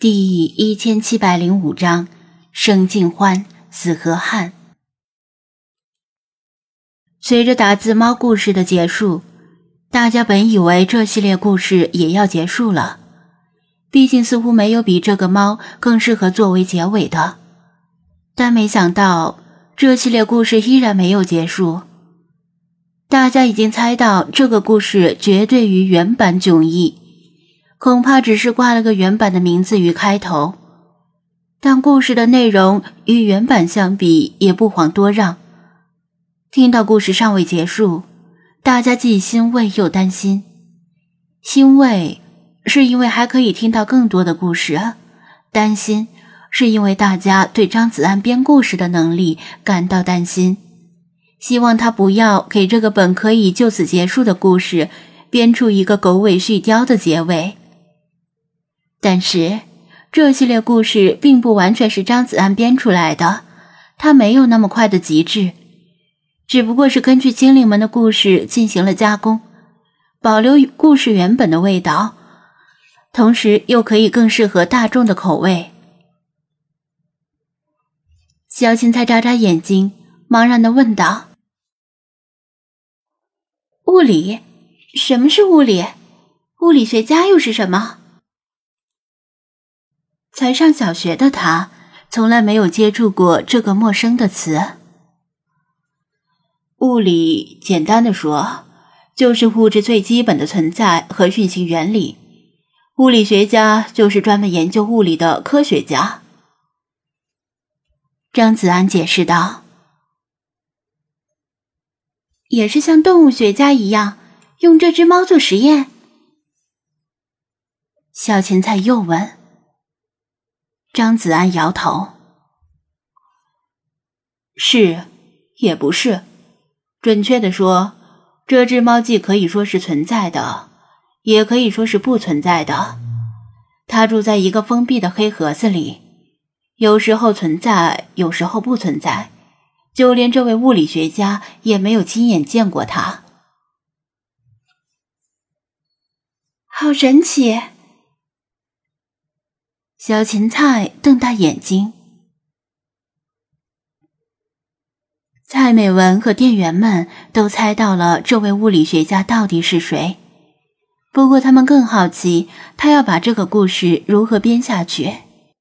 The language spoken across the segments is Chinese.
第1705章，生尽欢，死河汉。随着打字猫故事的结束，大家本以为这系列故事也要结束了，毕竟似乎没有比这个猫更适合作为结尾的。但没想到，这系列故事依然没有结束。大家已经猜到这个故事绝对与原版迥异，恐怕只是挂了个原版的名字与开头，但故事的内容与原版相比也不遑多让。听到故事尚未结束，大家既欣慰又担心。欣慰是因为还可以听到更多的故事，担心是因为大家对张子安编故事的能力感到担心，希望他不要给这个本可以就此结束的故事编出一个狗尾续貂的结尾。但是这系列故事并不完全是张子安编出来的，他没有那么快的极致，只不过是根据精灵们的故事进行了加工，保留故事原本的味道，同时又可以更适合大众的口味。小芹菜眨眨眼睛，茫然地问道：物理？什么是物理？物理学家又是什么？才上小学的他从来没有接触过这个陌生的词。物理简单的说，就是物质最基本的存在和运行原理。物理学家就是专门研究物理的科学家。张子安解释道。也是像动物学家一样，用这只猫做实验？小芹菜又问。张子安摇头。是，也不是。准确地说，这只猫既可以说是存在的，也可以说是不存在的。它住在一个封闭的黑盒子里，有时候存在，有时候不存在，就连这位物理学家也没有亲眼见过它。好神奇！小芹菜瞪大眼睛。蔡美文和店员们都猜到了这位物理学家到底是谁，不过他们更好奇他要把这个故事如何编下去。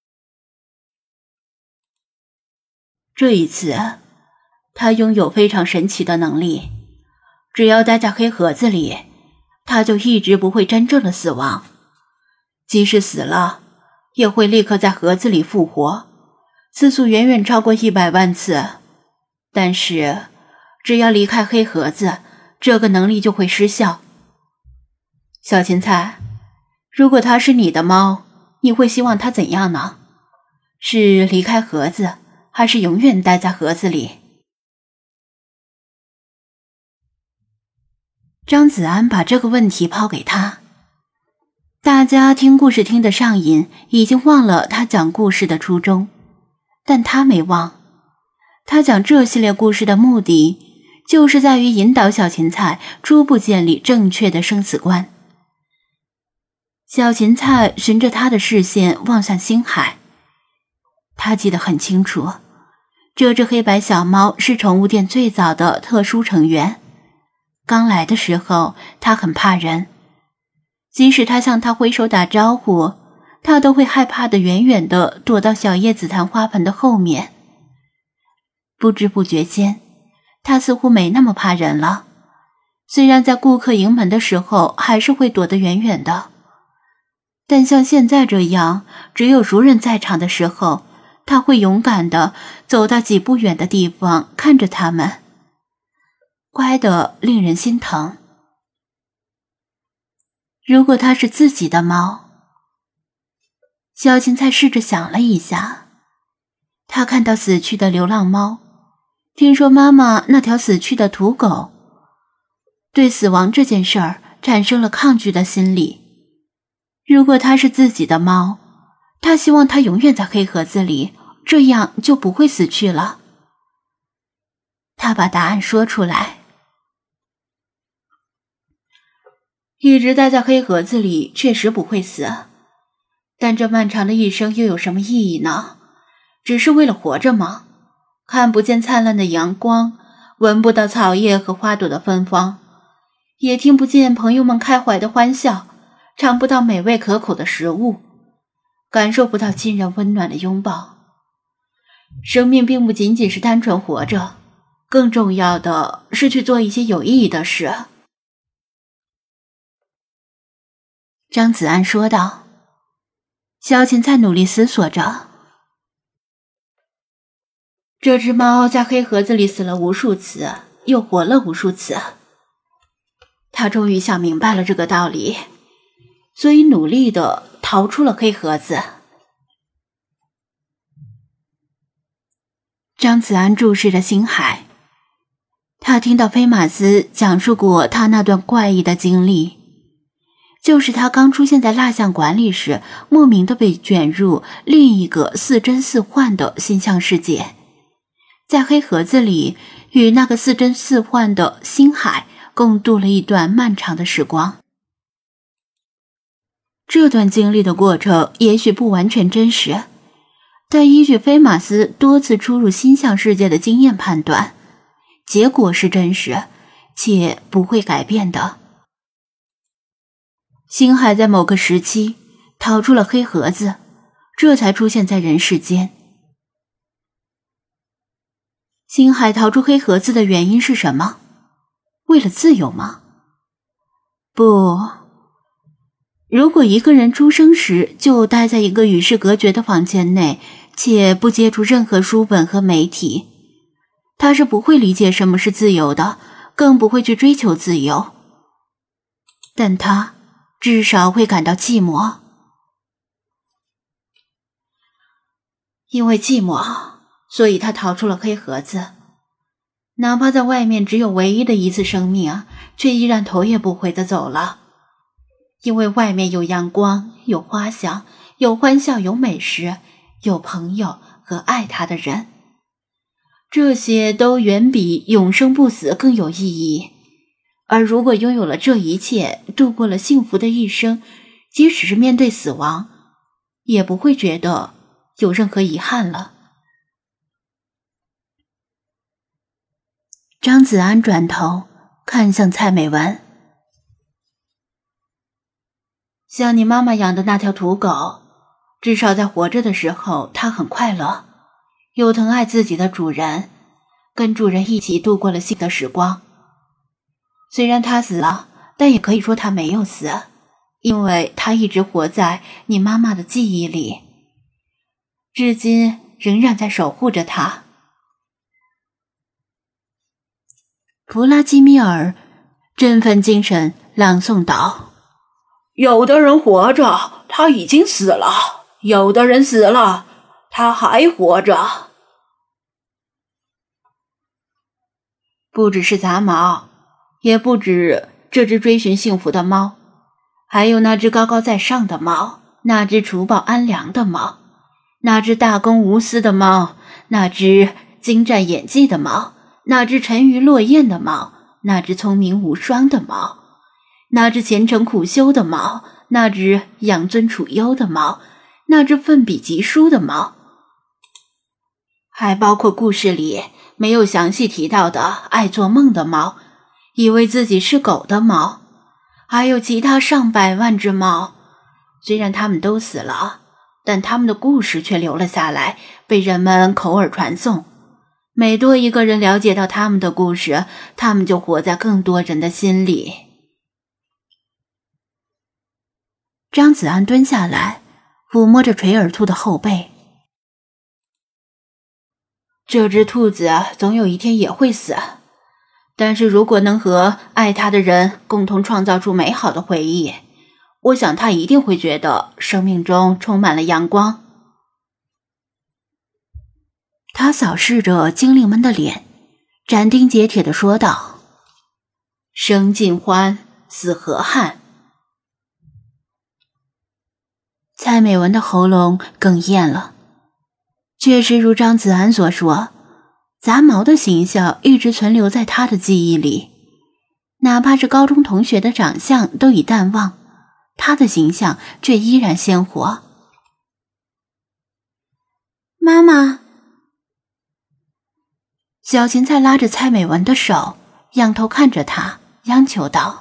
这一次，他拥有非常神奇的能力，只要待在黑盒子里，他就一直不会真正的死亡，即使死了也会立刻在盒子里复活，次数远远超过100万次。但是只要离开黑盒子，这个能力就会失效。小芹菜，如果它是你的猫，你会希望它怎样呢？是离开盒子，还是永远待在盒子里？张子安把这个问题抛给他。大家听故事听得上瘾，已经忘了他讲故事的初衷，但他没忘。他讲这系列故事的目的，就是在于引导小芹菜初步建立正确的生死观。小芹菜循着他的视线望向星海，他记得很清楚，这只黑白小猫是宠物店最早的特殊成员。刚来的时候，它很怕人，即使他向它挥手打招呼，它都会害怕的远远地躲到小叶紫檀花盆的后面。不知不觉间，他似乎没那么怕人了，虽然在顾客迎门的时候还是会躲得远远的，但像现在这样只有熟人在场的时候，他会勇敢地走到几步远的地方看着他们，乖得令人心疼。如果他是自己的猫，小芹菜试着想了一下，他看到死去的流浪猫，听说妈妈那条死去的土狗，对死亡这件事儿产生了抗拒的心理。如果它是自己的猫，他希望它永远在黑盒子里，这样就不会死去了。他把答案说出来。一直待在黑盒子里确实不会死， 但这漫长的一生又有什么意义呢？只是为了活着吗？看不见灿烂的阳光，闻不到草叶和花朵的芬芳，也听不见朋友们开怀的欢笑，尝不到美味可口的食物，感受不到亲人温暖的拥抱。生命并不仅仅是单纯活着，更重要的是去做一些有意义的事。张子安说道。萧晴在努力思索着。这只猫在黑盒子里死了无数次，又活了无数次。他终于想明白了这个道理，所以努力地逃出了黑盒子。张子安注视着星海，他听到菲马斯讲述过他那段怪异的经历，就是他刚出现在蜡像馆里时，莫名地被卷入另一个似真似幻的心象世界，在黑盒子里与那个似真似幻的星海共度了一段漫长的时光。这段经历的过程也许不完全真实，但依据菲马斯多次出入心象世界的经验判断，结果是真实且不会改变的。星海在某个时期逃出了黑盒子，这才出现在人世间。星海逃出黑盒子的原因是什么？为了自由吗？不，如果一个人出生时就待在一个与世隔绝的房间内，且不接触任何书本和媒体，他是不会理解什么是自由的，更不会去追求自由。但他至少会感到寂寞。因为寂寞，所以他逃出了黑盒子。哪怕在外面只有唯一的一次生命，却依然头也不回地走了。因为外面有阳光，有花香，有欢笑，有美食，有朋友和爱他的人。这些都远比永生不死更有意义。而如果拥有了这一切，度过了幸福的一生，即使是面对死亡，也不会觉得有任何遗憾了。张子安转头看向蔡美文，像你妈妈养的那条土狗，至少在活着的时候，它很快乐，又疼爱自己的主人，跟主人一起度过了幸福的时光。虽然它死了，但也可以说它没有死，因为它一直活在你妈妈的记忆里，至今仍然在守护着它。弗拉基米尔振奋精神朗诵道：有的人活着，他已经死了；有的人死了，他还活着。不只是杂毛，也不止这只追寻幸福的猫，还有那只高高在上的猫，那只除暴安良的猫，那只大公无私的猫，那只精湛演技的猫，那只沉鱼落雁的猫，那只聪明无双的猫，那只虔诚苦修的猫，那只养尊处优的猫，那只奋笔疾书的猫，还包括故事里没有详细提到的爱做梦的猫，以为自己是狗的猫，还有其他上百万只猫。虽然它们都死了，但它们的故事却留了下来，被人们口耳传颂。每多一个人了解到他们的故事，他们就活在更多人的心里。张子安蹲下来，抚摸着垂耳兔的后背。这只兔子总有一天也会死，但是如果能和爱它的人共同创造出美好的回忆，我想它一定会觉得生命中充满了阳光。他扫视着精灵们的脸，斩钉截铁地说道：生尽欢，死何憾。蔡美文的喉咙哽咽了。确实如张子安所说，杂毛的形象一直存留在他的记忆里，哪怕是高中同学的长相都已淡忘，他的形象却依然鲜活。 妈妈。小芹菜拉着蔡美文的手，仰头看着她，央求道：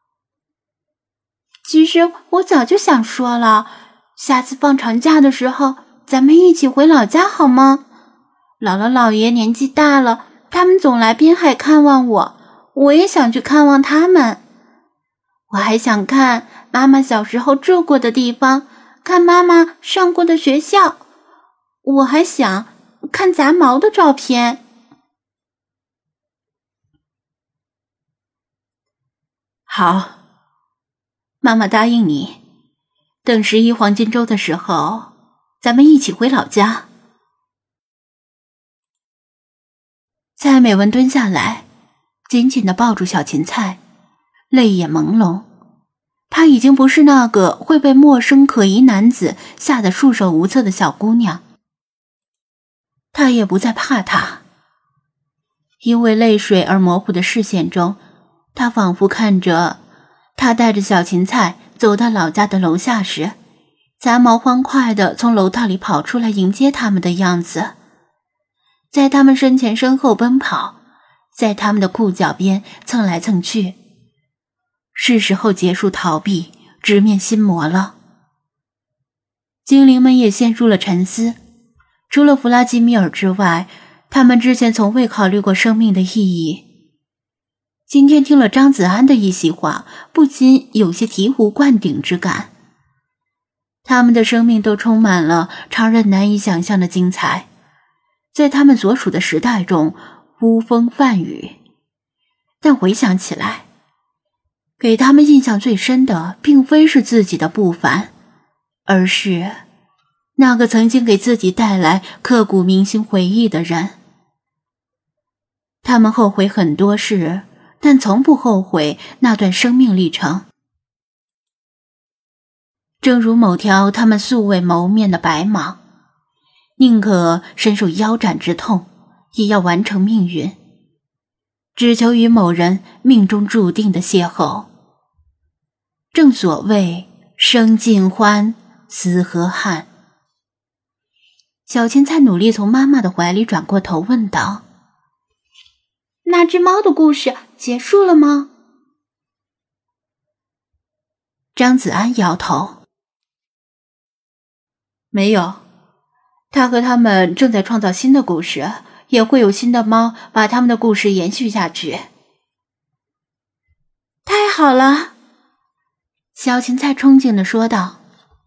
其实我早就想说了，下次放长假的时候，咱们一起回老家好吗？姥姥姥爷年纪大了，他们总来滨海看望我，我也想去看望他们。我还想看妈妈小时候住过的地方，看妈妈上过的学校，我还想看杂毛的照片。好，妈妈答应你，等11黄金周的时候，咱们一起回老家。蔡美文蹲下来，紧紧地抱住小芹菜，泪眼朦胧。她已经不是那个会被陌生可疑男子吓得束手无策的小姑娘，她也不再怕他。因为泪水而模糊的视线中，她仿佛看着他带着小芹菜走到老家的楼下时，杂毛欢快地从楼道里跑出来迎接他们的样子，在他们身前身后奔跑，在他们的裤脚边蹭来蹭去。是时候结束逃避，直面心魔了。精灵们也陷入了沉思，除了弗拉基米尔之外，他们之前从未考虑过生命的意义。今天听了张子安的一席话，不禁有些醍醐灌顶之感。他们的生命都充满了常人难以想象的精彩，在他们所属的时代中呼风唤雨。但回想起来，给他们印象最深的并非是自己的不凡，而是那个曾经给自己带来刻骨铭心回忆的人。他们后悔很多事，但从不后悔那段生命历程。正如某条他们素未谋面的白蟒，宁可身受腰斩之痛，也要完成命运，只求与某人命中注定的邂逅。正所谓生尽欢，死何憾。小芹菜努力从妈妈的怀里转过头问道：那只猫的故事结束了吗？张子安摇头：没有，他和他们正在创造新的故事，也会有新的猫把他们的故事延续下去。太好了，小芹菜憧憬地说道。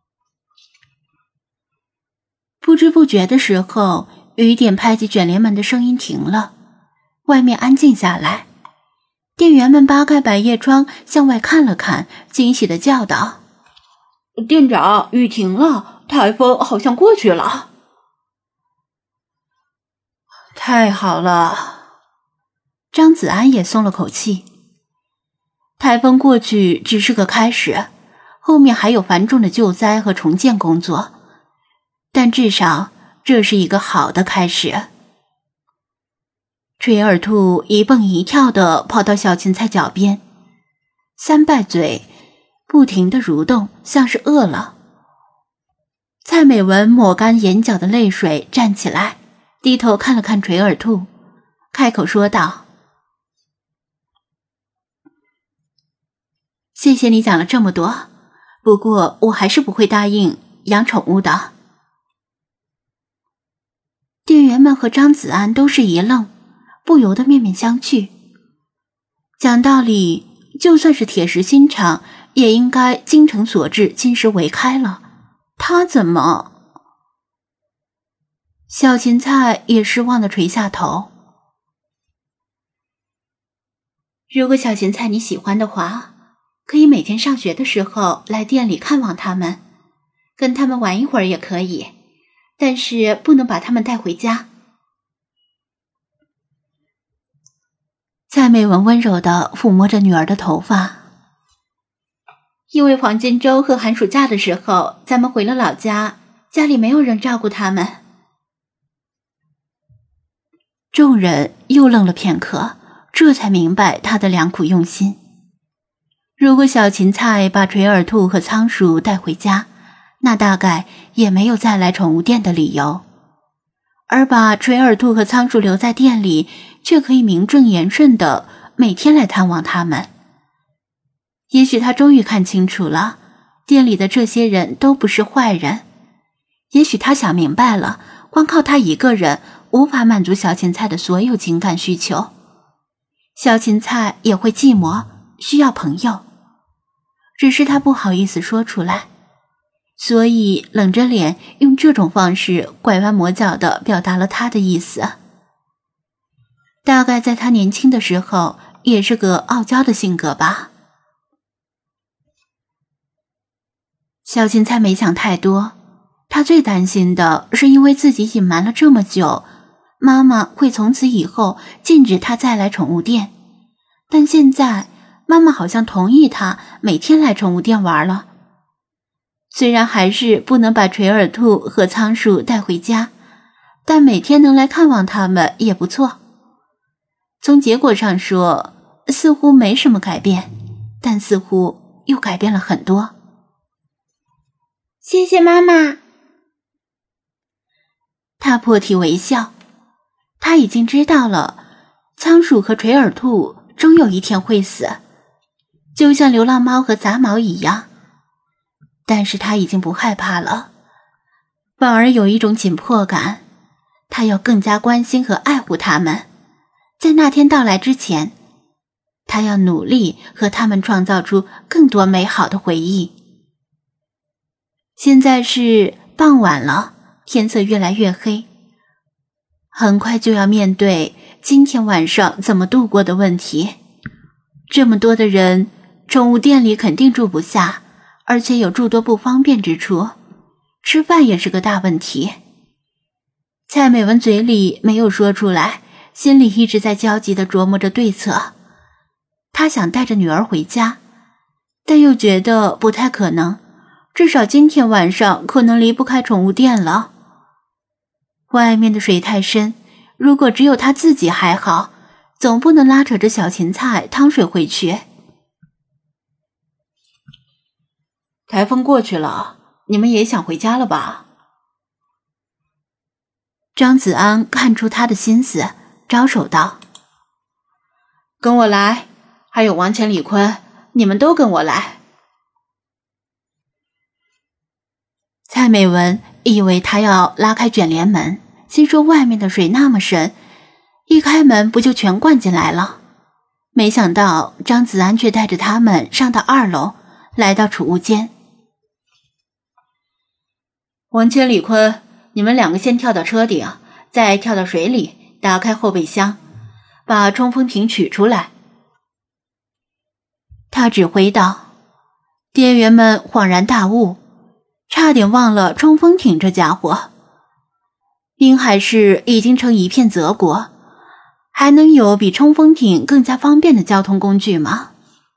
不知不觉的时候，雨点拍击卷帘门的声音停了，外面安静下来。店员们扒开百叶窗向外看了看，惊喜地叫道：店长，雨停了，台风好像过去了。太好了，张子安也松了口气。台风过去只是个开始，后面还有繁重的救灾和重建工作，但至少这是一个好的开始。垂耳兔一蹦一跳地跑到小芹菜脚边，三拜嘴不停地蠕动，像是饿了。蔡美文抹干眼角的泪水，站起来，低头看了看垂耳兔，开口说道：谢谢你讲了这么多，不过我还是不会答应养宠物的。店员们和张子安都是一愣，不由得面面相觑。讲道理，就算是铁石心肠，也应该精诚所至，金石为开了。他怎么……小芹菜也失望地垂下头。如果小芹菜你喜欢的话，可以每天上学的时候来店里看望他们，跟他们玩一会儿也可以，但是不能把他们带回家。蔡美文温柔地抚摸着女儿的头发。因为黄金周和寒暑假的时候，咱们回了老家，家里没有人照顾他们。众人又愣了片刻，这才明白他的良苦用心。如果小芹菜把垂耳兔和仓鼠带回家，那大概也没有再来宠物店的理由。 而把垂耳兔和仓鼠留在店里，却可以名正言顺的每天来探望他们。也许他终于看清楚了，店里的这些人都不是坏人。也许他想明白了，光靠他一个人无法满足小芹菜的所有情感需求。小芹菜也会寂寞，需要朋友，只是他不好意思说出来，所以冷着脸用这种方式拐弯抹角地表达了他的意思。大概在他年轻的时候也是个傲娇的性格吧。小芹菜没想太多，他最担心的是因为自己隐瞒了这么久，妈妈会从此以后禁止他再来宠物店。但现在妈妈好像同意他每天来宠物店玩了。虽然还是不能把垂耳兔和仓鼠带回家，但每天能来看望他们也不错。从结果上说，似乎没什么改变，但似乎又改变了很多。 谢谢妈妈。 他破涕为笑，他已经知道了，仓鼠和垂耳兔终有一天会死，就像流浪猫和杂毛一样。但是他已经不害怕了，反而有一种紧迫感，他要更加关心和爱护它们。在那天到来之前，他要努力和他们创造出更多美好的回忆。现在是傍晚了，天色越来越黑，很快就要面对今天晚上怎么度过的问题。这么多的人，宠物店里肯定住不下，而且有诸多不方便之处，吃饭也是个大问题。蔡美文嘴里没有说出来，心里一直在焦急地琢磨着对策。她想带着女儿回家，但又觉得不太可能，至少今天晚上可能离不开宠物店了。外面的水太深，如果只有她自己还好，总不能拉扯着小芹菜趟水回去。台风过去了，你们也想回家了吧？张子安看出他的心思，招手道：跟我来，还有王乾、李坤，你们都跟我来。蔡美文以为他要拉开卷帘门，心说外面的水那么深，一开门不就全灌进来了。没想到张子安却带着他们上到2楼，来到储物间。王乾、李坤，你们2个先跳到车顶，再跳到水里，打开后备箱，把冲锋艇取出来。他指挥道。店员们恍然大悟，差点忘了冲锋艇这家伙。滨海市已经成一片泽国，还能有比冲锋艇更加方便的交通工具吗？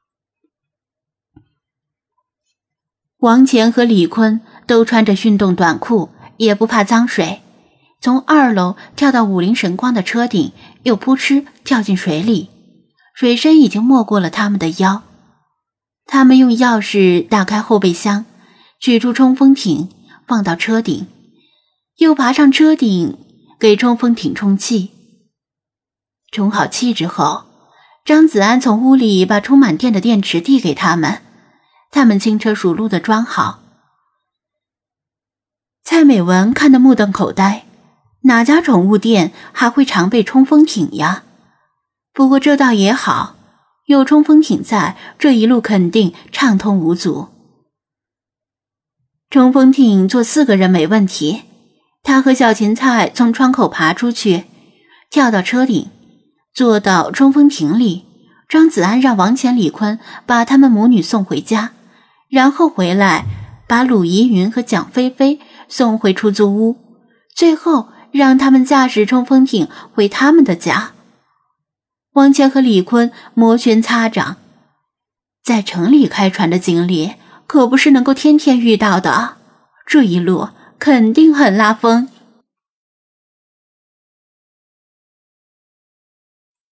王乾和李坤都穿着运动短裤，也不怕脏水，从2楼跳到武林神光的车顶，又扑哧跳进水里，水深已经没过了他们的腰。他们用钥匙打开后备箱，取出冲锋艇放到车顶，又爬上车顶给冲锋艇充气。充好气之后，张子安从屋里把充满电的电池递给他们，他们轻车熟路地装好。蔡美文看得目瞪口呆，哪家宠物店还会常备冲锋艇呀？不过这倒也好，有冲锋艇在，这一路肯定畅通无阻。冲锋艇坐4个人没问题，他和小芹菜从窗口爬出去，跳到车顶，坐到冲锋艇里。张子安让王乾、李坤把他们母女送回家，然后回来把鲁怡云和蒋菲菲送回出租屋，最后让他们驾驶冲锋艇回他们的家。王乾和李坤摩拳擦掌，在城里开船的经历可不是能够天天遇到的，这一路肯定很拉风。